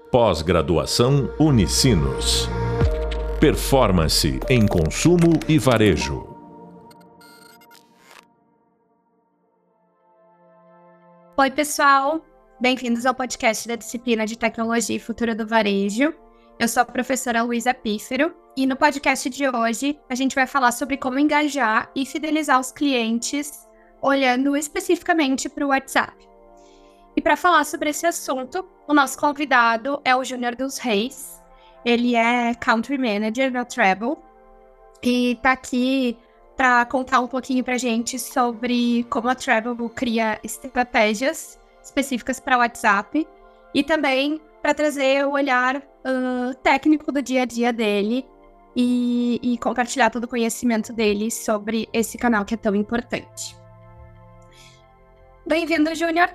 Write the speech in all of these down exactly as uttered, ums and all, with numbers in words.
Pós-graduação Unicinos. Performance em consumo e varejo. Oi, pessoal! Bem-vindos ao podcast da disciplina de Tecnologia e Futuro do Varejo. Eu sou a professora Luísa Pífero e no podcast de hoje a gente vai falar sobre como engajar e fidelizar os clientes olhando especificamente para o WhatsApp. E para falar sobre esse assunto, o nosso convidado é o Júnior dos Reis. Ele é Country Manager da Treble e está aqui para contar um pouquinho para a gente sobre como a Treble cria estratégias específicas para o WhatsApp e também para trazer o olhar uh, técnico do dia a dia dele e, e compartilhar todo o conhecimento dele sobre esse canal que é tão importante. Bem-vindo, Júnior!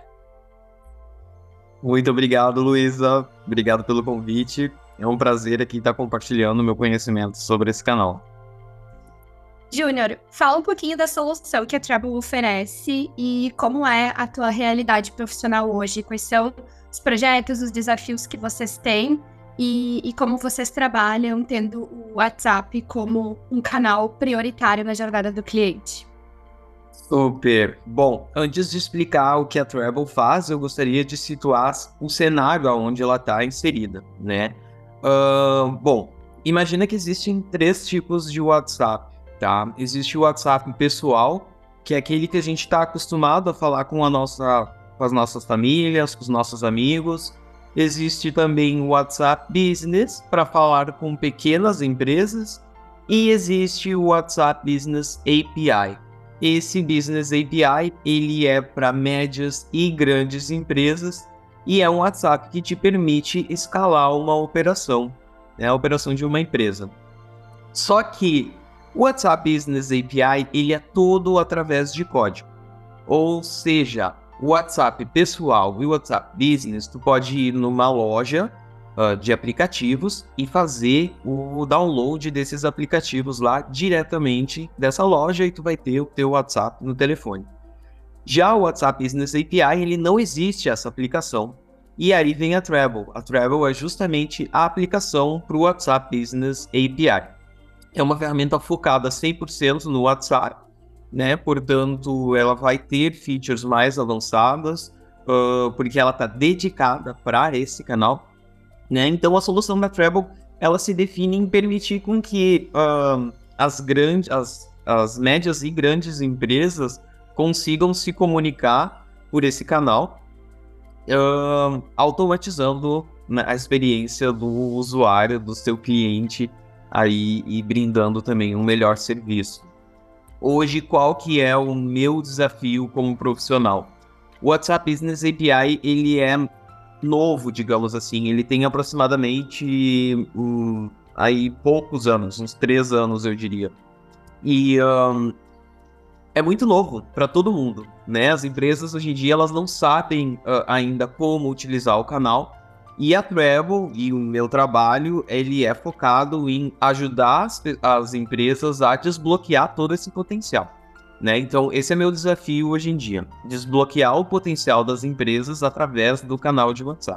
Muito obrigado, Luísa. Obrigado pelo convite. É um prazer aqui estar compartilhando meu conhecimento sobre esse canal. Júnior, fala um pouquinho da solução que a Treble oferece e como é a tua realidade profissional hoje. Quais são os projetos, os desafios que vocês têm e, e como vocês trabalham tendo o WhatsApp como um canal prioritário na jornada do cliente. Super. Bom, antes de explicar o que a Treble faz, eu gostaria de situar o cenário onde ela está inserida, né? Uh, bom, imagina que existem três tipos de WhatsApp, tá? Existe o WhatsApp pessoal, que é aquele que a gente está acostumado a falar com, a nossa, com as nossas famílias, com os nossos amigos. Existe também o WhatsApp Business, para falar com pequenas empresas. E existe o WhatsApp Business A P I. Esse Business A P I, ele é para médias e grandes empresas e é um WhatsApp que te permite escalar uma operação, né, a operação de uma empresa. Só que o WhatsApp Business A P I, ele é todo através de código. Ou seja, o WhatsApp pessoal e o WhatsApp Business, tu pode ir numa loja uh, de aplicativos e fazer o download desses aplicativos lá diretamente dessa loja e tu vai ter o teu WhatsApp no telefone. Já o WhatsApp Business A P I, ele não existe essa aplicação. E aí vem a Treble. A Treble é justamente a aplicação para o WhatsApp Business A P I. É uma ferramenta focada cem por cento no WhatsApp, né? Portanto, ela vai ter features mais avançadas, uh, porque ela está dedicada para esse canal, né? Então, a solução da Treble, ela se define em permitir com que uh, as, grandes, as, as médias e grandes empresas consigam se comunicar por esse canal, uh, automatizando, né, a experiência do usuário, do seu cliente, aí, e brindando também um melhor serviço. Hoje, qual que é o meu desafio como profissional? O WhatsApp Business A P I, ele é novo, digamos assim, ele tem aproximadamente um, aí, poucos anos, uns três anos, eu diria. E um, é muito novo para todo mundo, né? As empresas hoje em dia elas não sabem uh, ainda como utilizar o canal. E a Treble e o meu trabalho, ele é focado em ajudar as, as empresas a desbloquear todo esse potencial, né? Então, esse é meu desafio hoje em dia, desbloquear o potencial das empresas através do canal de WhatsApp.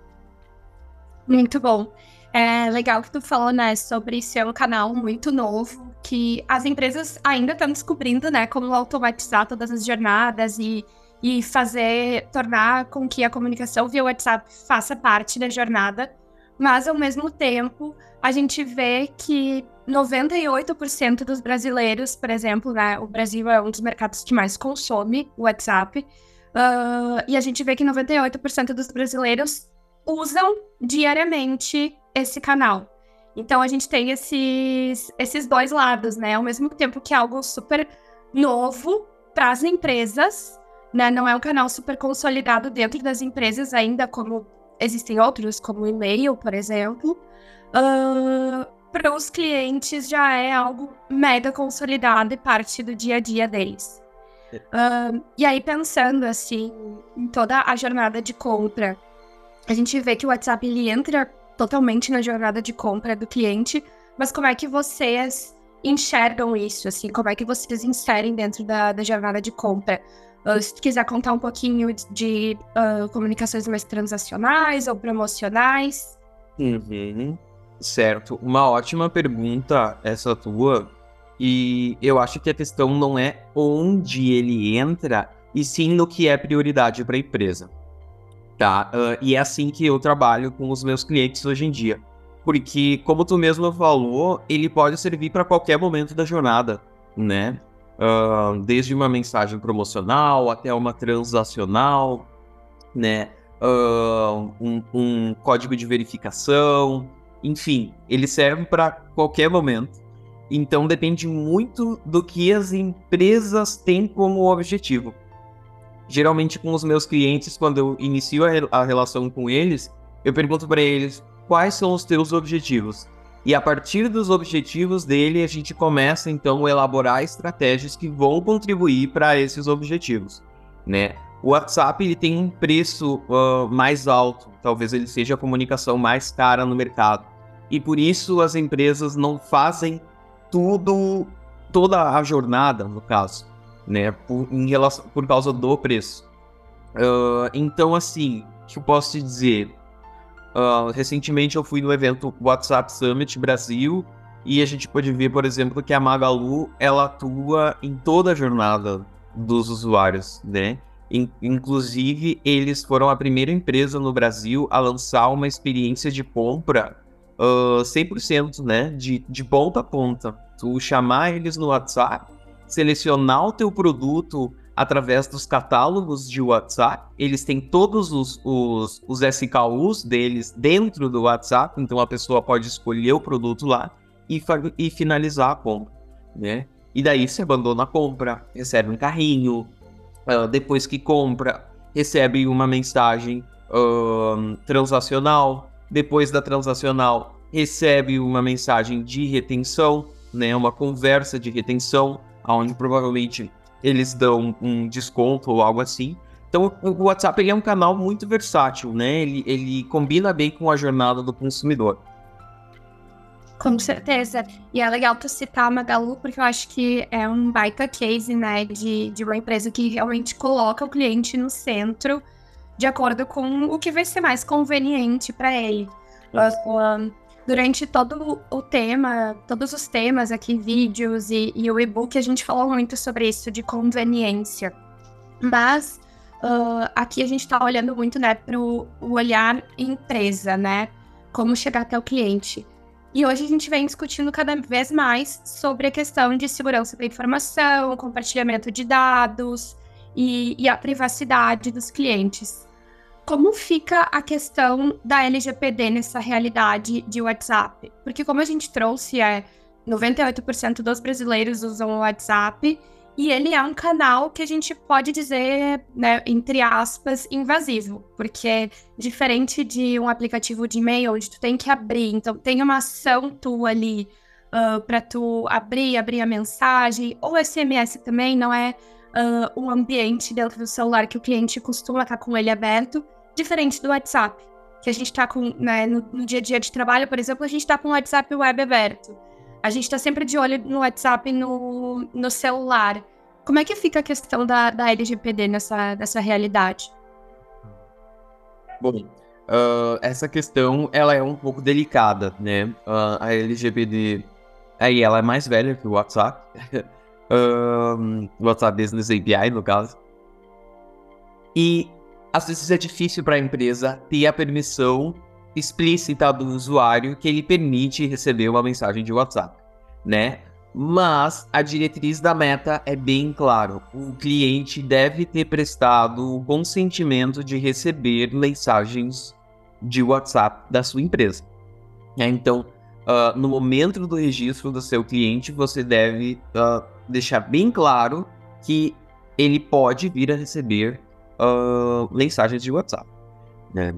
Muito bom. É legal que tu falou, né, sobre ser um canal muito novo, que as empresas ainda estão descobrindo, né, como automatizar todas as jornadas e, e fazer, tornar com que a comunicação via WhatsApp faça parte da jornada, mas ao mesmo tempo a gente vê que noventa e oito por cento dos brasileiros, por exemplo, né, o Brasil é um dos mercados que mais consome o WhatsApp, uh, e a gente vê que noventa e oito por cento dos brasileiros usam diariamente esse canal. Então a gente tem esses, esses dois lados, né? Ao mesmo tempo que é algo super novo para as empresas, né? Não é um canal super consolidado dentro das empresas ainda, como existem outros, como o e-mail, por exemplo. Uh, para os clientes já é algo mega consolidado e parte do dia a dia deles. Uh, e aí, pensando assim, em toda a jornada de compra, a gente vê que o WhatsApp ele entra totalmente na jornada de compra do cliente, mas como é que vocês enxergam isso, assim, como é que vocês inserem dentro da, da jornada de compra? Uh, se tu quiser contar um pouquinho de, de uh, comunicações mais transacionais ou promocionais. Uhum. Certo. Uma ótima pergunta essa tua. E eu acho que a questão não é onde ele entra, e sim no que é prioridade para a empresa. Tá? Uh, e é assim que eu trabalho com os meus clientes hoje em dia. Porque, como tu mesmo falou, ele pode servir para qualquer momento da jornada, né? Uh, desde uma mensagem promocional até uma transacional, né? Uh, um, um código de verificação, enfim, ele serve para qualquer momento. Então depende muito do que as empresas têm como objetivo. Geralmente com os meus clientes, quando eu inicio a, re- a relação com eles, eu pergunto para eles quais são os teus objetivos. E a partir dos objetivos dele, a gente começa então a elaborar estratégias que vão contribuir para esses objetivos, né? O WhatsApp ele tem um preço uh, mais alto, talvez ele seja a comunicação mais cara no mercado. E por isso as empresas não fazem tudo, toda a jornada, no caso, né? Por, em relação, por causa do preço. Uh, então, assim, o que eu posso te dizer? Uh, recentemente eu fui no evento WhatsApp Summit Brasil e a gente pode ver, por exemplo, que a Magalu ela atua em toda a jornada dos usuários, né? In- inclusive, eles foram a primeira empresa no Brasil a lançar uma experiência de compra uh, cem por cento, né? De, de ponta a ponta. Tu chamar eles no WhatsApp, selecionar o teu produto através dos catálogos de WhatsApp, eles têm todos os, os, os S K Us deles dentro do WhatsApp, então a pessoa pode escolher o produto lá e, fa- e finalizar a compra, né? E daí você abandona a compra, recebe um carrinho, uh, depois que compra, recebe uma mensagem uh, transacional, depois da transacional, recebe uma mensagem de retenção, né? Uma conversa de retenção, onde provavelmente eles dão um desconto ou algo assim. Então, o WhatsApp ele é um canal muito versátil, né? Ele, ele combina bem com a jornada do consumidor. Com certeza. E é legal tu citar a Magalu, porque eu acho que é um baita case, né, de, de uma empresa que realmente coloca o cliente no centro, de acordo com o que vai ser mais conveniente para ele. Uh, durante todo o tema, todos os temas aqui, vídeos e, e o e-book, a gente falou muito sobre isso, de conveniência. Mas uh, aqui a gente está olhando muito, né, para o olhar empresa, né, como chegar até o cliente. E hoje a gente vem discutindo cada vez mais sobre a questão de segurança da informação, compartilhamento de dados e, e a privacidade dos clientes. Como fica a questão da L G P D nessa realidade de WhatsApp? Porque como a gente trouxe, é noventa e oito por cento dos brasileiros usam o WhatsApp e ele é um canal que a gente pode dizer, né, entre aspas, invasivo. Porque diferente de um aplicativo de e-mail, onde tu tem que abrir, então tem uma ação tua ali uh, para tu abrir, abrir a mensagem, ou S M S também, não é uh, um ambiente dentro do celular que o cliente costuma estar com ele aberto, diferente do WhatsApp, que a gente está com, né, no, no dia a dia de trabalho, por exemplo, a gente está com o WhatsApp web aberto. A gente está sempre de olho no WhatsApp no, no celular. Como é que fica a questão da, da L G P D nessa, nessa realidade? Bom, uh, essa questão ela é um pouco delicada, né? Uh, a L G P D, aí ela é mais velha que o WhatsApp, uh, o WhatsApp Business A P I no caso, e às vezes é difícil para a empresa ter a permissão explícita do usuário que ele permite receber uma mensagem de WhatsApp, né? Mas a diretriz da Meta é bem claro. O cliente deve ter prestado o consentimento de receber mensagens de WhatsApp da sua empresa. Então, uh, no momento do registro do seu cliente, você deve uh, deixar bem claro que ele pode vir a receber uh, mensagens de WhatsApp, né?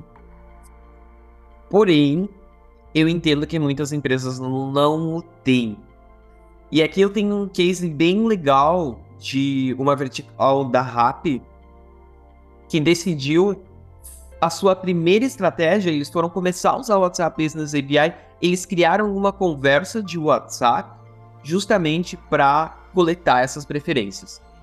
Porém, eu entendo que muitas empresas não o têm. E aqui eu tenho um case bem legal de uma vertical da Rappi que decidiu a sua primeira estratégia. Eles foram começar a usar o WhatsApp Business A P I. Eles criaram uma conversa de WhatsApp justamente para coletar essas preferências.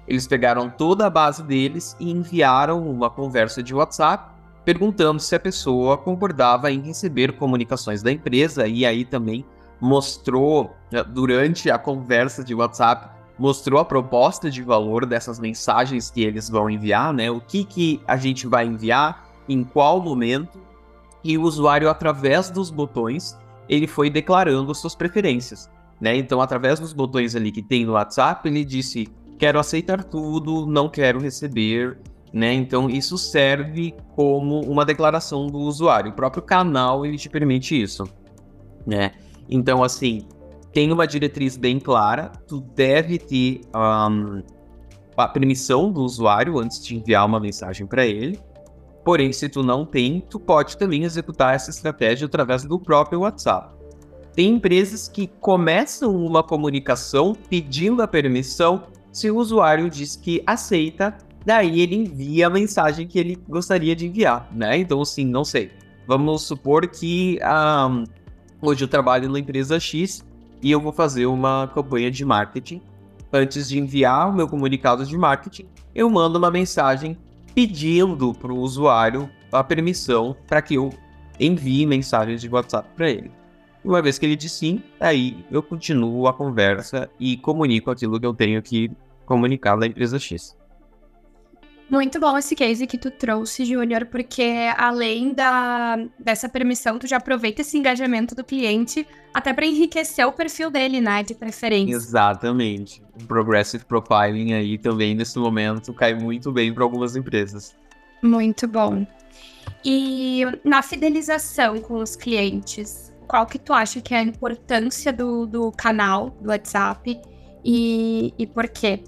Eles pegaram toda a base deles e enviaram uma conversa de WhatsApp perguntando se a pessoa concordava em receber comunicações da empresa, e aí também mostrou, durante a conversa de WhatsApp, mostrou a proposta de valor dessas mensagens que eles vão enviar, né? O que, que a gente vai enviar, em qual momento, e o usuário, através dos botões, ele foi declarando suas preferências, né? Então, através dos botões ali que tem no WhatsApp, ele disse: quero aceitar tudo, não quero receber, né? Então, isso serve como uma declaração do usuário. O próprio canal, ele te permite isso, né? Então, assim, tem uma diretriz bem clara, tu deve ter um, a permissão do usuário antes de enviar uma mensagem para ele. Porém, se tu não tem, tu pode também executar essa estratégia através do próprio WhatsApp. Tem empresas que começam uma comunicação pedindo a permissão. Se o usuário diz que aceita, daí ele envia a mensagem que ele gostaria de enviar, né? Então, assim, não sei. Vamos supor que um, hoje eu trabalho na empresa X e eu vou fazer uma campanha de marketing. Antes de enviar o meu comunicado de marketing, eu mando uma mensagem pedindo para o usuário a permissão para que eu envie mensagens de WhatsApp para ele. Uma vez que ele diz sim, aí eu continuo a conversa e comunico aquilo que eu tenho que comunicar da empresa X. Muito bom esse case que tu trouxe, Júnior, porque além da, dessa permissão, tu já aproveita esse engajamento do cliente até para enriquecer o perfil dele, né, de preferência. Exatamente. O Progressive Profiling aí também, nesse momento, cai muito bem para algumas empresas. Muito bom. E na fidelização com os clientes, qual que tu acha que é a importância do, do canal, do WhatsApp, e, e por quê?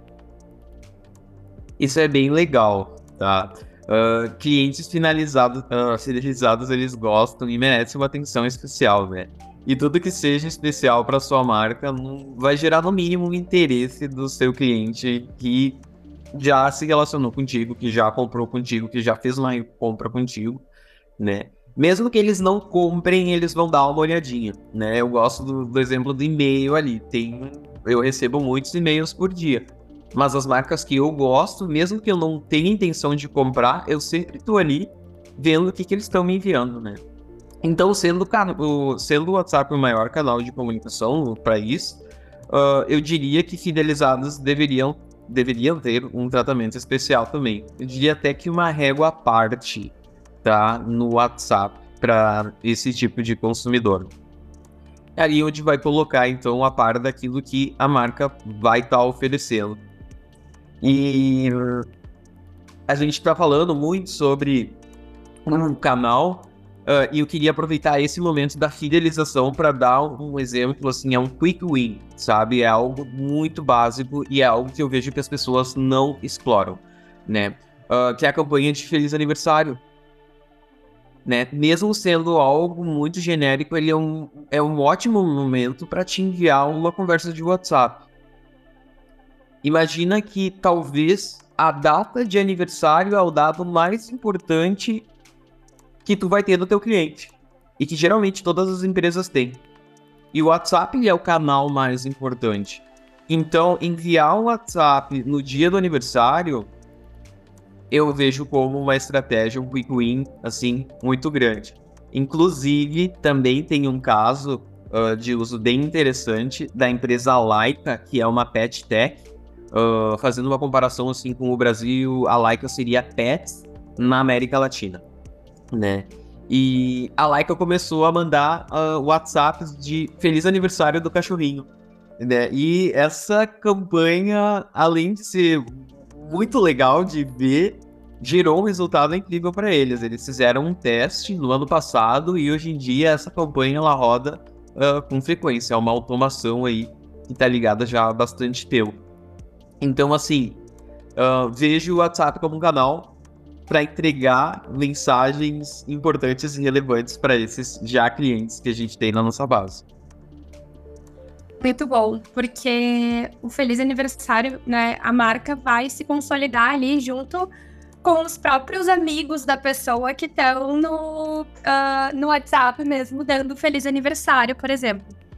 Isso é bem legal, tá? Uh, clientes finalizados, uh, fidelizados, eles gostam e merecem uma atenção especial, né? E tudo que seja especial para sua marca não vai gerar no mínimo o interesse do seu cliente que já se relacionou contigo, que já comprou contigo, que já fez uma compra contigo, né? Mesmo que eles não comprem, eles vão dar uma olhadinha, né? Eu gosto do, do exemplo do e-mail ali. Tem, eu recebo muitos e-mails por dia. Mas as marcas que eu gosto, mesmo que eu não tenha intenção de comprar, eu sempre estou ali vendo o que, que eles estão me enviando, né? Então, sendo o, sendo o WhatsApp o maior canal de comunicação no país, uh, eu diria que fidelizados deveriam, deveriam ter um tratamento especial também. Eu diria até que uma régua à parte, tá, no WhatsApp para esse tipo de consumidor. É ali onde vai colocar, então, a par daquilo que a marca vai estar tá oferecendo. E a gente está falando muito sobre um canal uh, e eu queria aproveitar esse momento da fidelização para dar um exemplo, assim, é um quick win, sabe? É algo muito básico e é algo que eu vejo que as pessoas não exploram, né? Uh, que é a campanha de Feliz Aniversário, né? Mesmo sendo algo muito genérico, ele é um, é um ótimo momento para te enviar uma conversa de WhatsApp. Imagina que talvez a data de aniversário é o dado mais importante que tu vai ter no teu cliente. E que geralmente todas as empresas têm. E o WhatsApp é o canal mais importante. Então, enviar um WhatsApp no dia do aniversário, eu vejo como uma estratégia, um quick win, assim, muito grande. Inclusive, também tem um caso uh, de uso bem interessante da empresa Laika, que é uma pet tech. Uh, fazendo uma comparação assim com o Brasil, a Laika seria Pets na América Latina, né? E a Laika começou a mandar uh, WhatsApps de feliz aniversário do cachorrinho, né? E essa campanha, além de ser muito legal de ver, gerou um resultado incrível para eles. Eles fizeram um teste no ano passado e hoje em dia essa campanha ela roda uh, com frequência. É uma automação aí que tá ligada já há bastante tempo. Então, assim, uh, vejo o WhatsApp como um canal para entregar mensagens importantes e relevantes para esses já clientes que a gente tem na nossa base. Muito bom, porque o Feliz Aniversário, né, a marca vai se consolidar ali junto com os próprios amigos da pessoa que estão no, uh, no WhatsApp mesmo, dando Feliz Aniversário, por exemplo.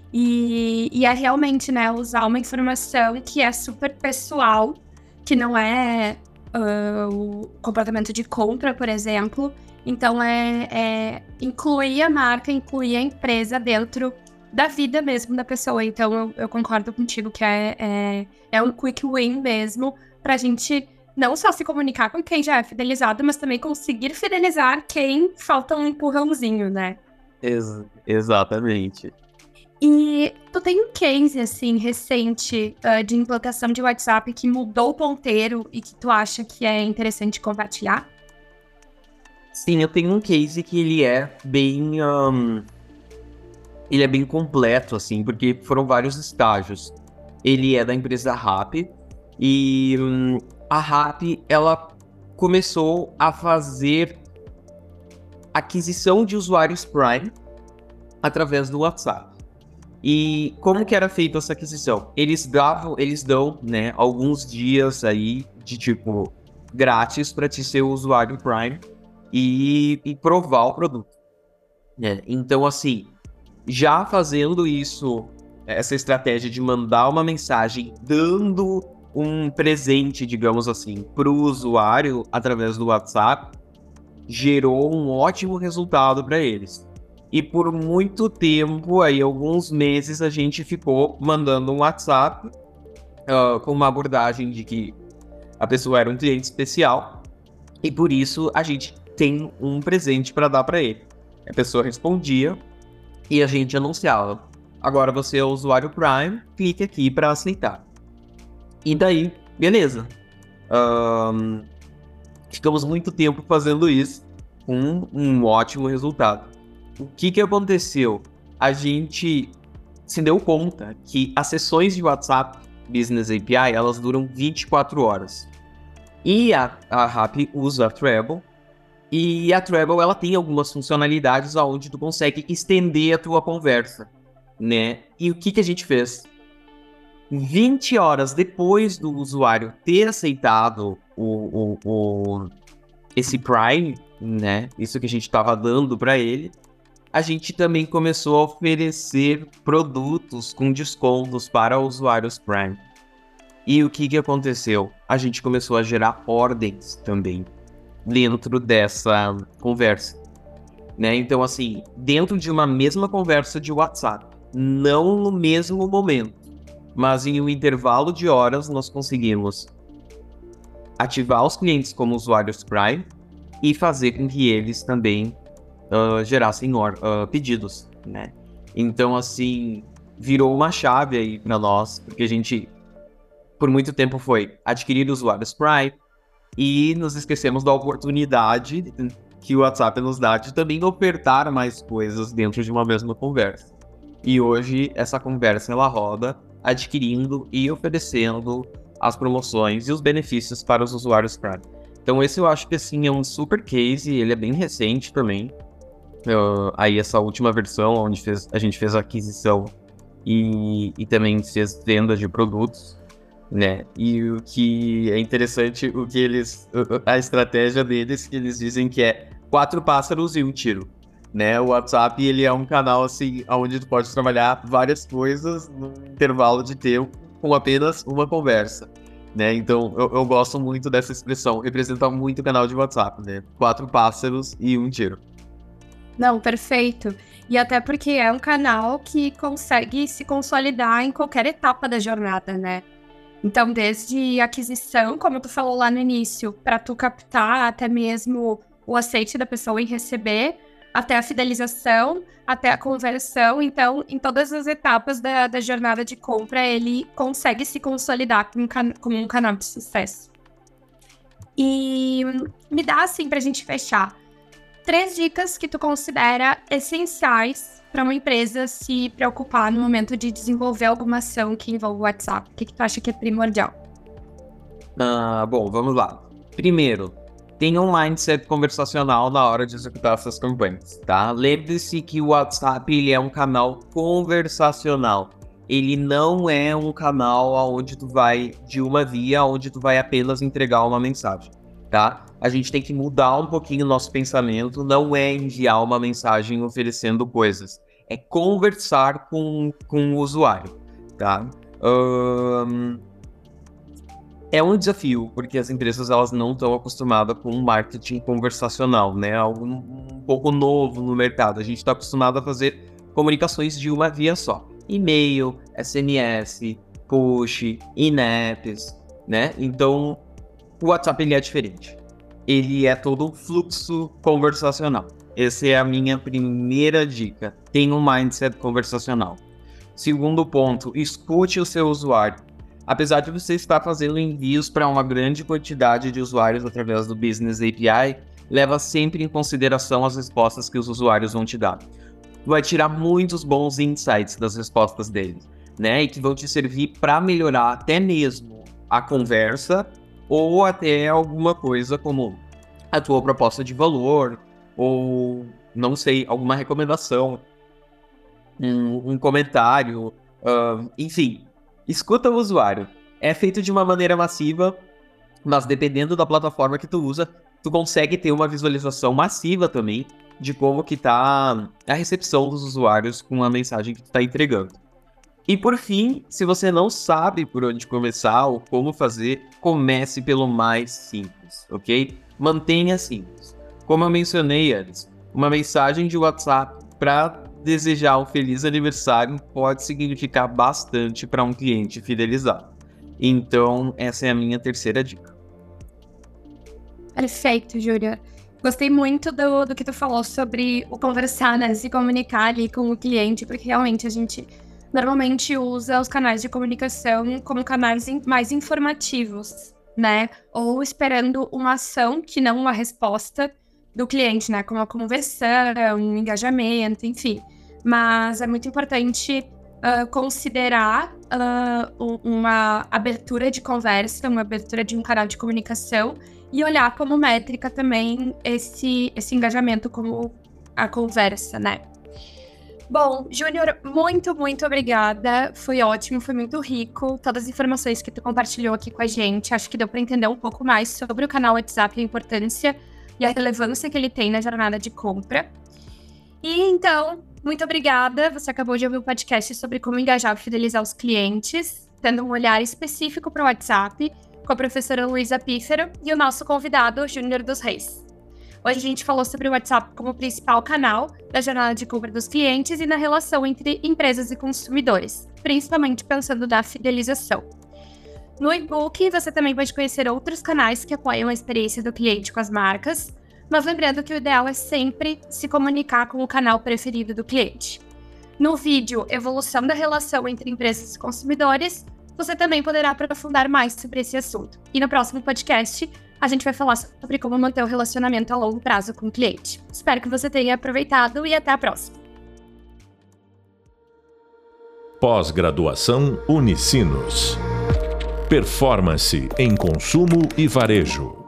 E, e é realmente, né, usar uma informação que é super pessoal, que não é uh, o comportamento de compra, por exemplo. Então, é, é incluir a marca, incluir a empresa dentro da vida mesmo da pessoa. Então, eu, eu concordo contigo que é, é, é um quick win mesmo, pra gente não só se comunicar com quem já é fidelizado, mas também conseguir fidelizar quem falta um empurrãozinho, né? Ex- exatamente. E tu tem um case, assim, recente uh, de implantação de WhatsApp que mudou o ponteiro e que tu acha que é interessante compartilhar? Sim, eu tenho um case que ele é bem... Um, ele é bem completo, assim, porque foram vários estágios. Ele é da empresa Rappi e hum, a Rappi, ela começou a fazer aquisição de usuários Prime através do WhatsApp. E como que era feita essa aquisição? Eles davam, eles dão, né, alguns dias aí de tipo grátis para te ser usuário Prime e, e provar o produto. Né? Então, assim, já fazendo isso, essa estratégia de mandar uma mensagem dando um presente, digamos assim, para o usuário através do WhatsApp, gerou um ótimo resultado para eles. E por muito tempo, aí alguns meses, a gente ficou mandando um WhatsApp uh, com uma abordagem de que a pessoa era um cliente especial e por isso a gente tem um presente para dar para ele. A pessoa respondia e a gente anunciava: agora você é o usuário Prime, clique aqui para aceitar. E daí, beleza. Um, ficamos muito tempo fazendo isso com um ótimo resultado. O que que aconteceu? A gente se deu conta que as sessões de WhatsApp Business A P I, elas duram vinte e quatro horas. E a, a Rappi usa a Treble, e a Treble, ela tem algumas funcionalidades onde tu consegue estender a tua conversa, né? E o que que a gente fez? vinte horas depois do usuário ter aceitado o, o, o, esse Prime, né? Isso que a gente estava dando para ele, a gente também começou a oferecer produtos com descontos para usuários Prime. E o que que aconteceu? A gente começou a gerar ordens também dentro dessa conversa, né? Então, assim, dentro de uma mesma conversa de WhatsApp, não no mesmo momento, mas em um intervalo de horas, nós conseguimos ativar os clientes como usuários Prime e fazer com que eles também Uh, gerassem uh, pedidos, né? Então, assim, virou uma chave aí para nós, porque a gente, por muito tempo, foi adquirir usuários Prime e nos esquecemos da oportunidade que o WhatsApp nos dá de também ofertar mais coisas dentro de uma mesma conversa. E hoje, essa conversa, ela roda adquirindo e oferecendo as promoções e os benefícios para os usuários Prime. Então, esse eu acho que, assim, é um super case, ele é bem recente também. Uh, aí essa última versão, onde fez, a gente fez a aquisição e, e também fez venda de produtos, né? E o que é interessante, o que eles, a estratégia deles, que eles dizem que é quatro pássaros e um tiro, né? O WhatsApp, ele é um canal assim, onde tu pode trabalhar várias coisas num intervalo de tempo com apenas uma conversa, né? Então eu, eu gosto muito dessa expressão, representa muito o canal de WhatsApp, né? Quatro pássaros e um tiro. Não, perfeito. E até porque é um canal que consegue se consolidar em qualquer etapa da jornada, né? Então, desde aquisição, como tu falou lá no início, para tu captar até mesmo o aceite da pessoa em receber, até a fidelização, até a conversão. Então, em todas as etapas da, da jornada de compra, ele consegue se consolidar como um, can- como um canal de sucesso. E me dá, assim, pra gente fechar, três dicas que tu considera essenciais para uma empresa se preocupar no momento de desenvolver alguma ação que envolva o WhatsApp. O que, que tu acha que é primordial? Ah, bom, vamos lá. Primeiro, tenha um mindset conversacional na hora de executar essas campanhas, tá? Lembre-se que o WhatsApp, ele é um canal conversacional. Ele não é um canal onde tu vai de uma via, onde tu vai apenas entregar uma mensagem, tá? A gente tem que mudar um pouquinho o nosso pensamento, não é enviar uma mensagem oferecendo coisas. é conversar com, com o usuário, tá? Um, é um desafio, porque as empresas elas não estão acostumadas com um marketing conversacional, né? Algo um pouco novo no mercado. A gente está acostumado a fazer comunicações de uma via só. E-mail, S M S, push, in-apps, né? Então, o WhatsApp ele é diferente. Ele é todo um fluxo conversacional. Essa é a minha primeira dica. Tenha um mindset conversacional. Segundo ponto, escute o seu usuário. Apesar de você estar fazendo envios para uma grande quantidade de usuários através do Business A P I, leva sempre em consideração as respostas que os usuários vão te dar. Vai tirar muitos bons insights das respostas deles, né? E que vão te servir para melhorar até mesmo a conversa ou até alguma coisa como a tua proposta de valor ou, não sei, alguma recomendação, um, um comentário, uh, enfim. Escuta o usuário. É feito de uma maneira massiva, mas dependendo da plataforma que tu usa, tu consegue ter uma visualização massiva também de como que tá a recepção dos usuários com a mensagem que tu tá entregando. E por fim, se você não sabe por onde começar ou como fazer, comece pelo mais simples, ok? Mantenha simples. Como eu mencionei antes, uma mensagem de WhatsApp para desejar um feliz aniversário pode significar bastante para um cliente fidelizado. Então, essa é a minha terceira dica. Perfeito, Júlia. Gostei muito do, do que tu falou sobre o conversar, né? Se comunicar ali com o cliente, porque realmente a gente normalmente usa os canais de comunicação como canais in, mais informativos, né? Ou esperando uma ação que não uma resposta do cliente, né? Como a conversão, um engajamento, enfim. Mas é muito importante uh, considerar uh, uma abertura de conversa, uma abertura de um canal de comunicação e olhar como métrica também esse, esse engajamento como a conversa, né? Bom, Júnior, muito, muito obrigada. Foi ótimo, foi muito rico. Todas as informações que tu compartilhou aqui com a gente. Acho que deu para entender um pouco mais sobre o canal WhatsApp, a importância e a relevância que ele tem na jornada de compra. E então, muito obrigada. Você acabou de ouvir um podcast sobre como engajar e fidelizar os clientes, tendo um olhar específico para o WhatsApp, com a professora Luísa Pífero e o nosso convidado, Júnior dos Reis. Hoje a gente falou sobre o WhatsApp como principal canal da jornada de compra dos clientes e na relação entre empresas e consumidores, principalmente pensando na fidelização. No e-book, você também pode conhecer outros canais que apoiam a experiência do cliente com as marcas, mas lembrando que o ideal é sempre se comunicar com o canal preferido do cliente. No vídeo Evolução da Relação entre Empresas e Consumidores, você também poderá aprofundar mais sobre esse assunto. E no próximo podcast, a gente vai falar sobre como manter o relacionamento a longo prazo com o cliente. Espero que você tenha aproveitado e até a próxima. Pós-graduação Unicinos. Performance em consumo e varejo.